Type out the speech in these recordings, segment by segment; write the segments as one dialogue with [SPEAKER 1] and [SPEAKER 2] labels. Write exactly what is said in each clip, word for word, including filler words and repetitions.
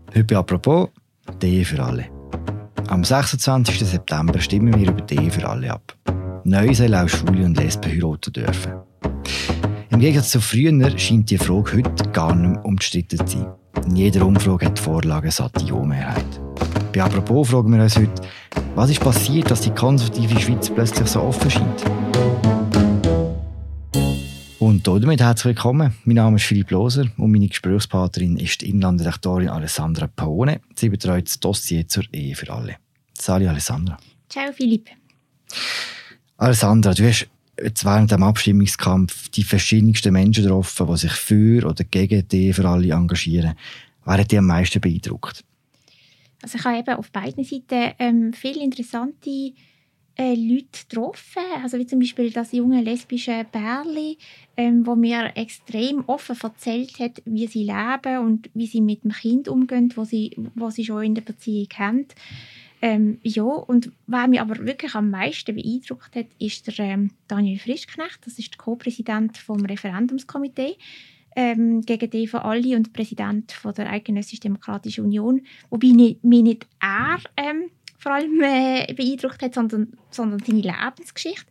[SPEAKER 1] Heute bei «Apropos» die Ehe für alle. Am sechsundzwanzigsten September stimmen wir über die Ehe für alle ab. Neu sollen auch Schwule und Lesben heiraten dürfen. Im Gegensatz zu früher scheint die Frage heute gar nicht mehr umstritten zu sein. In jeder Umfrage hat die Vorlage eine satte Ja-Mehrheit. Bei «Apropos» fragen wir uns heute, was ist passiert, dass die konservative Schweiz plötzlich so offen scheint? Und damit herzlich willkommen. Mein Name ist Philipp Loser und meine Gesprächspartnerin ist die Inlandredaktorin Alessandra Paone. Sie betreut das Dossier zur Ehe für alle. Salut Alessandra.
[SPEAKER 2] Ciao Philipp.
[SPEAKER 1] Alessandra, du hast jetzt während dem Abstimmungskampf die verschiedensten Menschen getroffen, die sich für oder gegen die Ehe für alle engagieren. Wer hat dich am meisten beeindruckt?
[SPEAKER 2] Also ich habe eben auf beiden Seiten ähm, viele interessante äh, Leute getroffen. Also wie zum Beispiel das junge lesbische Bärli, ähm, wo mir extrem offen erzählt hat, wie sie leben und wie sie mit dem Kind umgehen, wo sie, wo sie schon in der Beziehung haben. Ähm, ja, und was mich aber wirklich am meisten beeindruckt hat, ist der ähm, Daniel Frischknecht. Das ist der Co-Präsident vom Referendumskomitee ähm, gegen die Ehe für alle und Präsident von der Eidgenössischen Demokratischen Union. Wobei nicht, mich nicht er ähm, vor allem äh, beeindruckt hat, sondern, sondern seine Lebensgeschichte.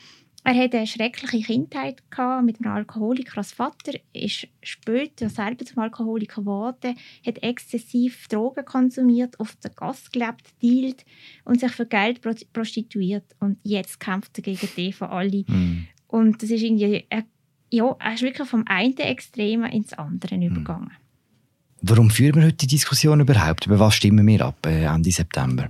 [SPEAKER 2] Er hatte eine schreckliche Kindheit gehabt, mit einem Alkoholiker als Vater, ist später selber zum Alkoholiker geworden, hat exzessiv Drogen konsumiert, auf der Gasse gelebt, dealt und sich für Geld prostituiert. Und jetzt kämpft er gegen die von alle. Mm. Und das ist irgendwie, äh, ja, er ist wirklich vom einen Extremen ins andere mm. übergegangen.
[SPEAKER 1] Warum führen wir heute die Diskussion überhaupt? Über was stimmen wir ab äh, Ende September?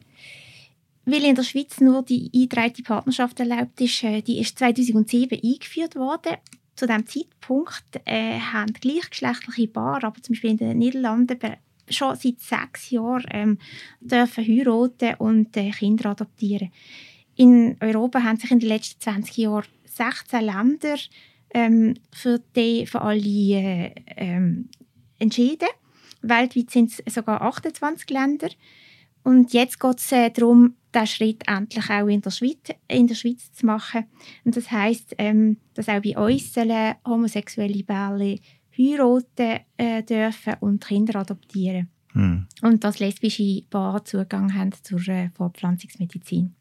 [SPEAKER 2] Weil in der Schweiz nur die eingetragene Partnerschaft erlaubt ist, die ist zweitausendsieben eingeführt worden. Zu diesem Zeitpunkt äh, haben gleichgeschlechtliche Paare, aber zum Beispiel in den Niederlanden, schon seit sechs Jahren ähm, dürfen heiraten und äh, Kinder adoptieren. In Europa haben sich in den letzten zwanzig Jahren sechzehn Länder ähm, für die für alle äh, ähm, entschieden. Weltweit sind es sogar achtundzwanzig Länder. Und jetzt geht es äh, darum, diesen Schritt endlich auch in der Schweiz, in der Schweiz zu machen. Und das heisst, ähm, dass auch bei uns sollen homosexuelle Pärchen heiraten äh, dürfen und Kinder adoptieren. Hm. Und dass lesbische Paare Zugang haben zur äh, Fortpflanzungsmedizin.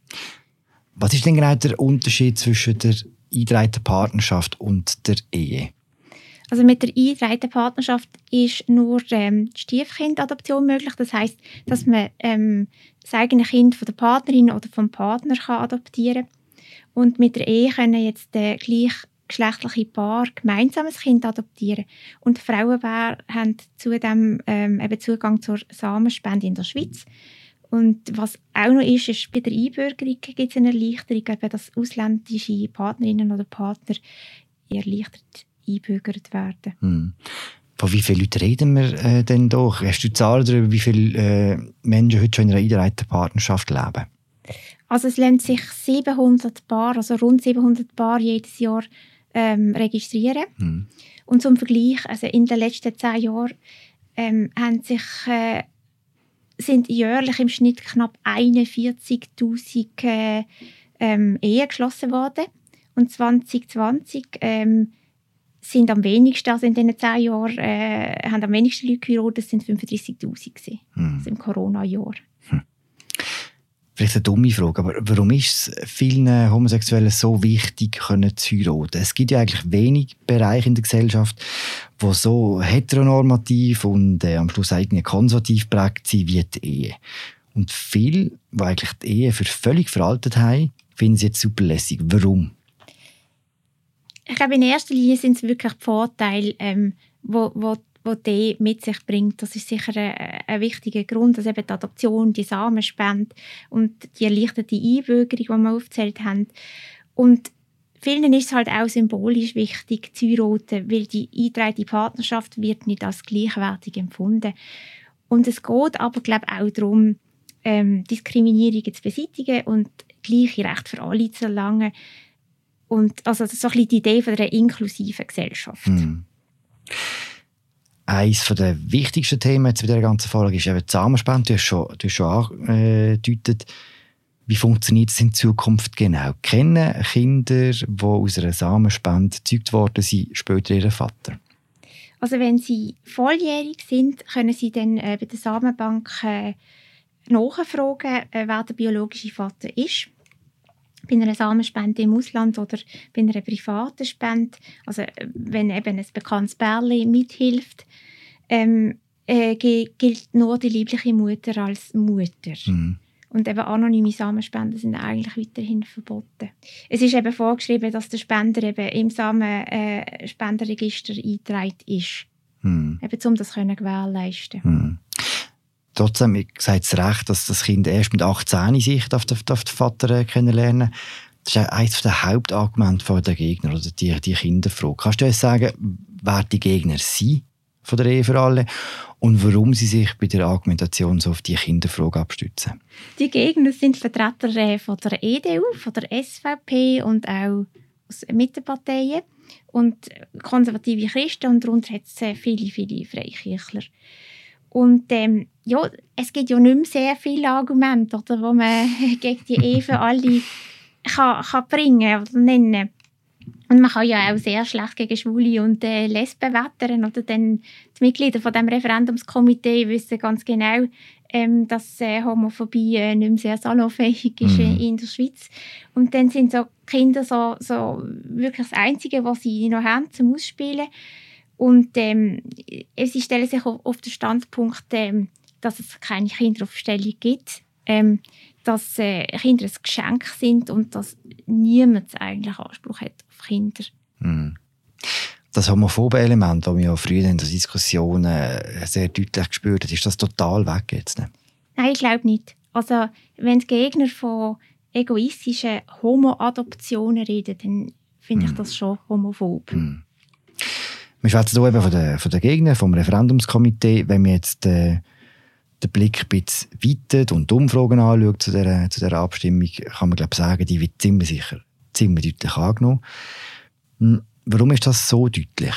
[SPEAKER 1] Was ist denn genau der Unterschied zwischen der eingetragenen Partnerschaft und der Ehe?
[SPEAKER 2] Also mit der eingetragenen Partnerschaft ist nur ähm, die Stiefkindadoption möglich. Das heisst, dass man ähm, das eigene Kind von der Partnerin oder vom Partner kann adoptieren kann. Und mit der Ehe können jetzt äh, gleichgeschlechtliche Paar gemeinsam ein Kind adoptieren. Und Frauenpaare haben zudem ähm, eben Zugang zur Samenspende in der Schweiz. Und was auch noch ist, ist bei der Einbürgerung gibt es eine Erleichterung, eben, dass ausländische Partnerinnen oder Partner erleichtert eingebürgert werden.
[SPEAKER 1] Hm. Von wie vielen Leuten reden wir äh, denn doch? Hast du Zahlen darüber, wie viele äh, Menschen heute schon in einer eingetragenen Partnerschaft leben?
[SPEAKER 2] Also es lassen sich siebenhundert Paare, also rund siebenhundert Paare jedes Jahr ähm, registrieren. Hm. Und zum Vergleich, also in den letzten zehn Jahren ähm, haben sich, äh, sind jährlich im Schnitt knapp einundvierzigtausend äh, ähm, Ehen geschlossen worden. Und zwanzig zwanzig ähm, sind am wenigsten, also in diesen zehn Jahren, äh, haben am wenigsten Leute geheiratet, das sind fünfunddreissigtausend gewesen, hm. also im Corona-Jahr. Hm.
[SPEAKER 1] Vielleicht eine dumme Frage, aber warum ist es vielen Homosexuellen so wichtig, können zu heiraten? Es gibt ja eigentlich wenig Bereiche in der Gesellschaft, die so heteronormativ und äh, am Schluss eigentlich konservativ geprägt sind wie die Ehe. Und viele, die eigentlich die Ehe für völlig veraltet haben, finden sie jetzt super lässig. Warum?
[SPEAKER 2] Ich glaube, in erster Linie sind es wirklich die Vorteile, ähm, wo, wo, wo die mit sich bringt. Das ist sicher ein, ein wichtiger Grund, dass eben die Adoption, die Samenspende und die erleichterte Einbürgerung, die wir aufgezählt haben. Und vielen ist es halt auch symbolisch wichtig zu heiraten, weil die eingetragene Partnerschaft wird nicht als gleichwertig empfunden. Und es geht aber, glaube ich, auch darum, ähm, Diskriminierungen zu beseitigen und gleiche Rechte für alle zu erlangen. Und also das ist so ein bisschen die Idee von einer inklusiven Gesellschaft.
[SPEAKER 1] Hm. Eines der wichtigsten Themen jetzt bei dieser ganzen Folge ist eben die Samenspende. Du hast schon, du hast schon angedeutet, wie funktioniert es in Zukunft genau? Kennen Kinder, die aus einer Samenspende gezeugt worden sind, später ihren Vater?
[SPEAKER 2] Also wenn sie volljährig sind, können sie dann äh, bei der Samenbank äh, nachfragen, äh, wer der biologische Vater ist. Bei einer Samenspende im Ausland oder bei einer privaten Spende, also wenn eben ein bekanntes Pärchen mithilft, ähm, äh, gilt nur die liebliche Mutter als Mutter. Mhm. Und eben anonyme Samenspenden sind eigentlich weiterhin verboten. Es ist eben vorgeschrieben, dass der Spender eben im Samenspenderregister eingetragen ist. Hm. Eben, um das zu gewährleisten.
[SPEAKER 1] Hm. Trotzdem, ich sage es recht, dass das Kind erst mit achtzehn sich auf den, auf den Vater kennenlernen. Das ist eines der Hauptargumente der Gegner, oder die, die Kinderfrage. Kannst du uns sagen, wer die Gegner sind von der Ehe für alle und warum sie sich bei der Argumentation so auf die Kinderfrage abstützen?
[SPEAKER 2] Die Gegner sind Vertreter von der E D U, von der S V P und auch aus Mitteparteien und konservative Christen, und darunter hat es viele, viele Freikirchler. Und ähm, ja, es gibt ja nicht mehr sehr viele Argumente, oder, die man gegen die Ehe für alle kann, kann bringen oder nennen. Und man kann ja auch sehr schlecht gegen Schwule und äh, Lesben wettern. Oder dann die Mitglieder von dem Referendumskomitee wissen ganz genau, ähm, dass äh, Homophobie äh, nicht mehr sehr salonfähig ist äh, in der Schweiz. Und dann sind so Kinder so, so wirklich das Einzige, was sie noch haben zum Ausspielen. Und ähm, sie stellen sich auf, auf den Standpunkt, ähm, dass es keine Kinderaufstellung gibt. Ähm, dass äh, Kinder ein Geschenk sind und dass niemand eigentlich Anspruch hat auf Kinder.
[SPEAKER 1] Mm. Das homophobe Element, das wir ja früher in den Diskussionen sehr deutlich gespürt haben, ist das total weg jetzt? Ne?
[SPEAKER 2] Nein, ich glaube nicht. Also, wenn die Gegner von egoistischen Homo-Adoptionen reden, dann finde mm. ich das schon homophob. Mm.
[SPEAKER 1] Wir schwätzen hier eben von den, von den Gegnern, vom Referendumskomitee. Wenn wir jetzt äh, den Blick ein bisschen weitet und die Umfragen anschaut zu dieser, zu dieser Abstimmung, kann man glaube sagen, die wird ziemlich sicher ziemlich deutlich angenommen. Warum ist das so deutlich?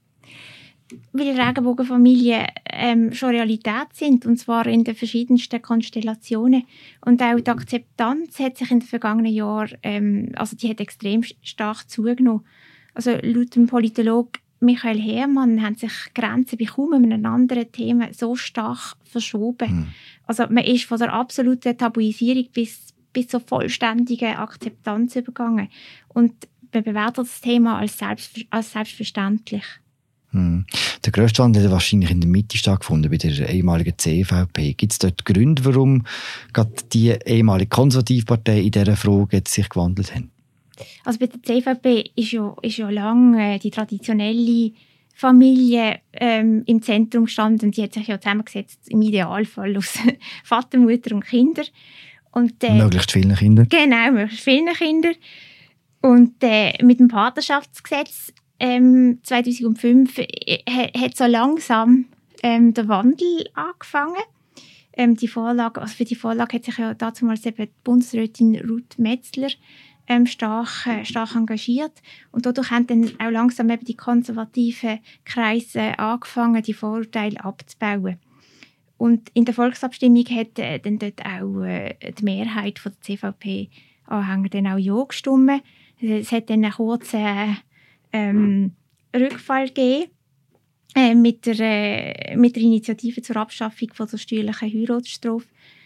[SPEAKER 2] Weil Regenbogenfamilien ähm, schon Realität sind, und zwar in den verschiedensten Konstellationen. Und auch die Akzeptanz hat sich in den vergangenen Jahren ähm, also die hat extrem stark zugenommen. Also laut dem Politologen Michael Herrmann haben sich Grenzen bei kaum einem anderen Thema so stark verschoben. Hm. Also man ist von der absoluten Tabuisierung bis, bis zur vollständigen Akzeptanz übergegangen. Und man bewertet das Thema als, selbst, als selbstverständlich.
[SPEAKER 1] Hm. Der grösste Wandel hat wahrscheinlich in der Mitte stattgefunden, bei der ehemaligen C V P. Gibt es dort Gründe, warum gerade die ehemalige Konservativpartei in dieser Frage jetzt sich gewandelt hat?
[SPEAKER 2] Also bei der C V P ist ja, ist ja lange äh, die traditionelle Familie ähm, im Zentrum gestanden. Die hat sich ja zusammengesetzt, im Idealfall aus Vater, Mutter und Kinder. Und, äh,
[SPEAKER 1] möglichst viele Kinder.
[SPEAKER 2] Genau, möglichst viele Kinder. Und äh, mit dem Partnerschaftsgesetz ähm, zweitausendfünf äh, hat so langsam ähm, der Wandel angefangen. Ähm, die Vorlage, also für die Vorlage hat sich ja damals eben die Bundesrätin Ruth Metzler ähm, stark, äh, stark engagiert. Und dadurch haben dann auch langsam eben die konservativen Kreise angefangen, die Vorurteile abzubauen. Und in der Volksabstimmung hat äh, dann dort auch äh, die Mehrheit von der C V P-Anhänger dann auch Ja gestimmt. Es hat dann einen kurzen ähm, Rückfall gegeben äh, mit, der, äh, mit der Initiative zur Abschaffung von der steuerlichen Heiratsstrafe.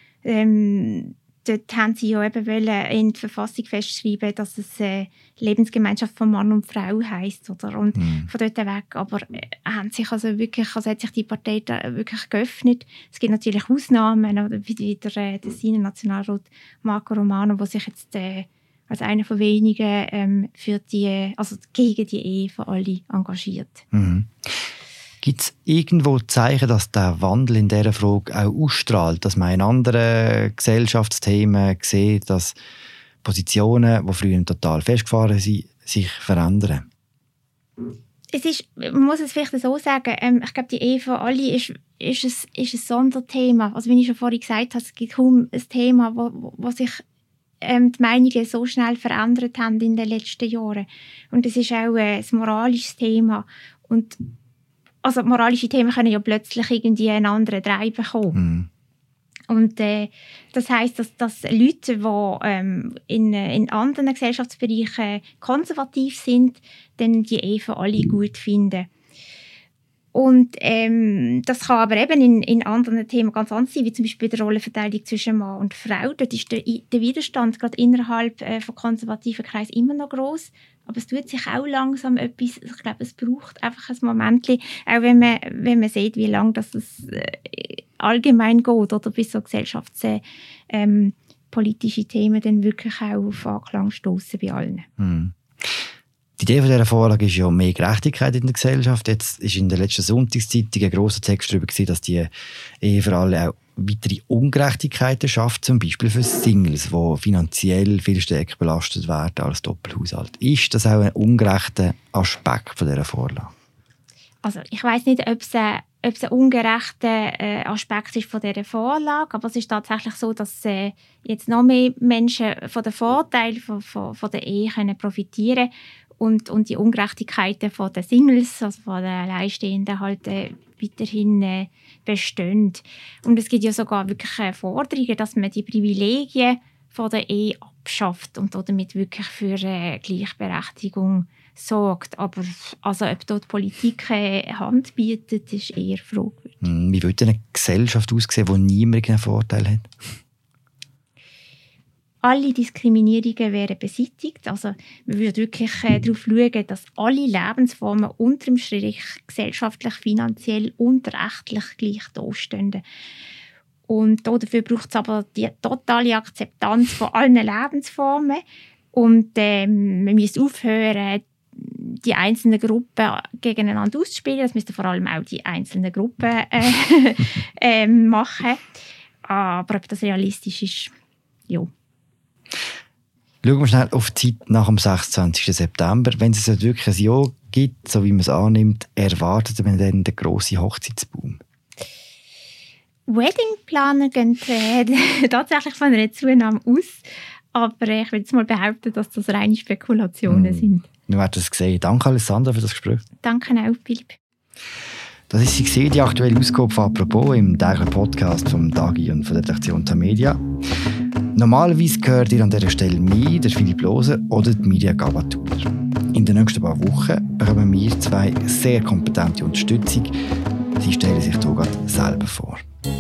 [SPEAKER 2] Ähm, dort haben sie ja eben wollen in die Verfassung festschreiben, dass es äh, Lebensgemeinschaft von Mann und Frau heisst, oder? Und mhm. von dort weg. Aber äh, haben sich also wirklich, also hat sich die Partei da wirklich geöffnet. Es gibt natürlich Ausnahmen, oder wie der äh, Tessiner Nationalrat Marco Romano, der sich jetzt äh, als einer von wenigen ähm, für die, also gegen die Ehe für alle engagiert.
[SPEAKER 1] Mhm. Gibt es irgendwo Zeichen, dass der Wandel in dieser Frage auch ausstrahlt, dass man in anderen Gesellschaftsthemen sieht, dass Positionen, die früher total festgefahren sind, sich verändern?
[SPEAKER 2] Es ist, man muss es vielleicht so sagen, ähm, ich glaube, die Ehe für alle ist, ist, ein, ist ein Sonderthema. Also wie ich schon vorhin gesagt habe, es gibt kaum ein Thema, wo, wo, wo sich ähm, die Meinungen so schnell verändert haben in den letzten Jahren. Und es ist auch äh, ein moralisches Thema. Und also moralische Themen können ja plötzlich irgendwie einen anderen Dreh bekommen. Mm. Und äh, das heisst, dass, dass Leute, die ähm, in, in anderen Gesellschaftsbereichen konservativ sind, dann die Ehe für alle gut finden. Und ähm, das kann aber eben in, in anderen Themen ganz anders sein, wie zum Beispiel bei der Rollenverteilung zwischen Mann und Frau. Dort ist der, der Widerstand gerade innerhalb äh, von konservativen Kreisen immer noch gross. Aber es tut sich auch langsam etwas. Ich glaube, es braucht einfach ein Moment, auch wenn man, wenn man sieht, wie lange das äh, allgemein geht oder bis so gesellschaftspolitische ähm, politische Themen dann wirklich auch auf Anklang stoßen bei allen.
[SPEAKER 1] Hm. Die Idee von dieser Vorlage ist ja mehr Gerechtigkeit in der Gesellschaft. Jetzt ist in der letzten Sonntagszeitung ein grosser Text darüber gewesen, dass die Ehe für alle auch weitere Ungerechtigkeiten schafft, zum Beispiel für Singles, die finanziell viel stärker belastet werden als Doppelhaushalt. Ist das auch ein ungerechter Aspekt von dieser Vorlage?
[SPEAKER 2] Also ich weiss nicht, ob es ein, ob es ein ungerechter äh, Aspekt ist von dieser Vorlage, aber es ist tatsächlich so, dass äh, jetzt noch mehr Menschen von den Vorteilen von, von, von der Ehe können profitieren und, und die Ungerechtigkeiten von den Singles, also von den Alleinstehenden, halt äh, weiterhin äh, bestehen. Und es gibt ja sogar wirklich äh, Forderungen, dass man die Privilegien von der Ehe abschafft und damit wirklich für äh, Gleichberechtigung sorgt. Aber also, ob dort die Politik eine Hand bietet, ist eher fragwürdig.
[SPEAKER 1] Wie würde eine Gesellschaft aussehen, die niemand einen Vorteil hat?
[SPEAKER 2] Alle Diskriminierungen wären beseitigt. Also, man würde wirklich äh, darauf schauen, dass alle Lebensformen unter dem Strich gesellschaftlich, finanziell und rechtlich gleich dastehen. Und dafür braucht es aber die totale Akzeptanz von allen Lebensformen. Und ähm, man müsste aufhören, die einzelnen Gruppen gegeneinander auszuspielen. Das müssten vor allem auch die einzelnen Gruppen äh, äh, machen. Aber ob das realistisch ist, ja.
[SPEAKER 1] Schauen wir schnell auf die Zeit nach dem sechsundzwanzigsten September. Wenn es wirklich ein Jahr gibt, so wie man es annimmt, erwartet man dann den grossen Hochzeitsboom?
[SPEAKER 2] Weddingplaner gehen äh, tatsächlich von einer Zunahme aus. Aber ich will jetzt mal behaupten, dass das reine Spekulationen mm. sind.
[SPEAKER 1] Wir werden es sehen. Danke, Alessandra, für das Gespräch.
[SPEAKER 2] Danke auch, Philipp.
[SPEAKER 1] Das ist sie, die aktuelle Ausgabe von «Apropos» im täglichen Podcast vom Tagi und von der Redaktion Tamedia. Normalerweise gehört ihr an dieser Stelle mir, der Philipp Lose oder die Mirja Gabatuller. In den nächsten paar Wochen bekommen wir zwei sehr kompetente Unterstützung. Sie stellen sich hier gerade selber vor.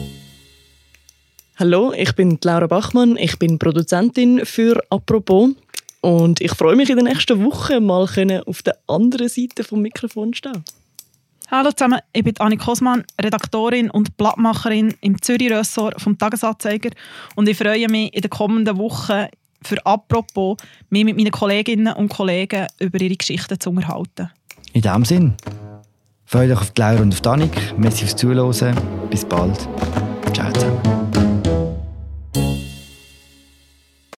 [SPEAKER 3] Hallo, ich bin Laura Bachmann, ich bin Produzentin für «Apropos» und ich freue mich in den nächsten Wochen mal auf der anderen Seite des Mikrofons stehen.
[SPEAKER 4] Hallo zusammen, ich bin Annik Hosmann, Redaktorin und Blattmacherin im Zürich-Ressort vom Tagesanzeiger und ich freue mich in den kommenden Wochen für «Apropos» mich mit meinen Kolleginnen und Kollegen über ihre Geschichten zu unterhalten.
[SPEAKER 1] In diesem Sinne, freut euch auf die Laura und auf die Annik, merci fürs Zuhören, bis bald.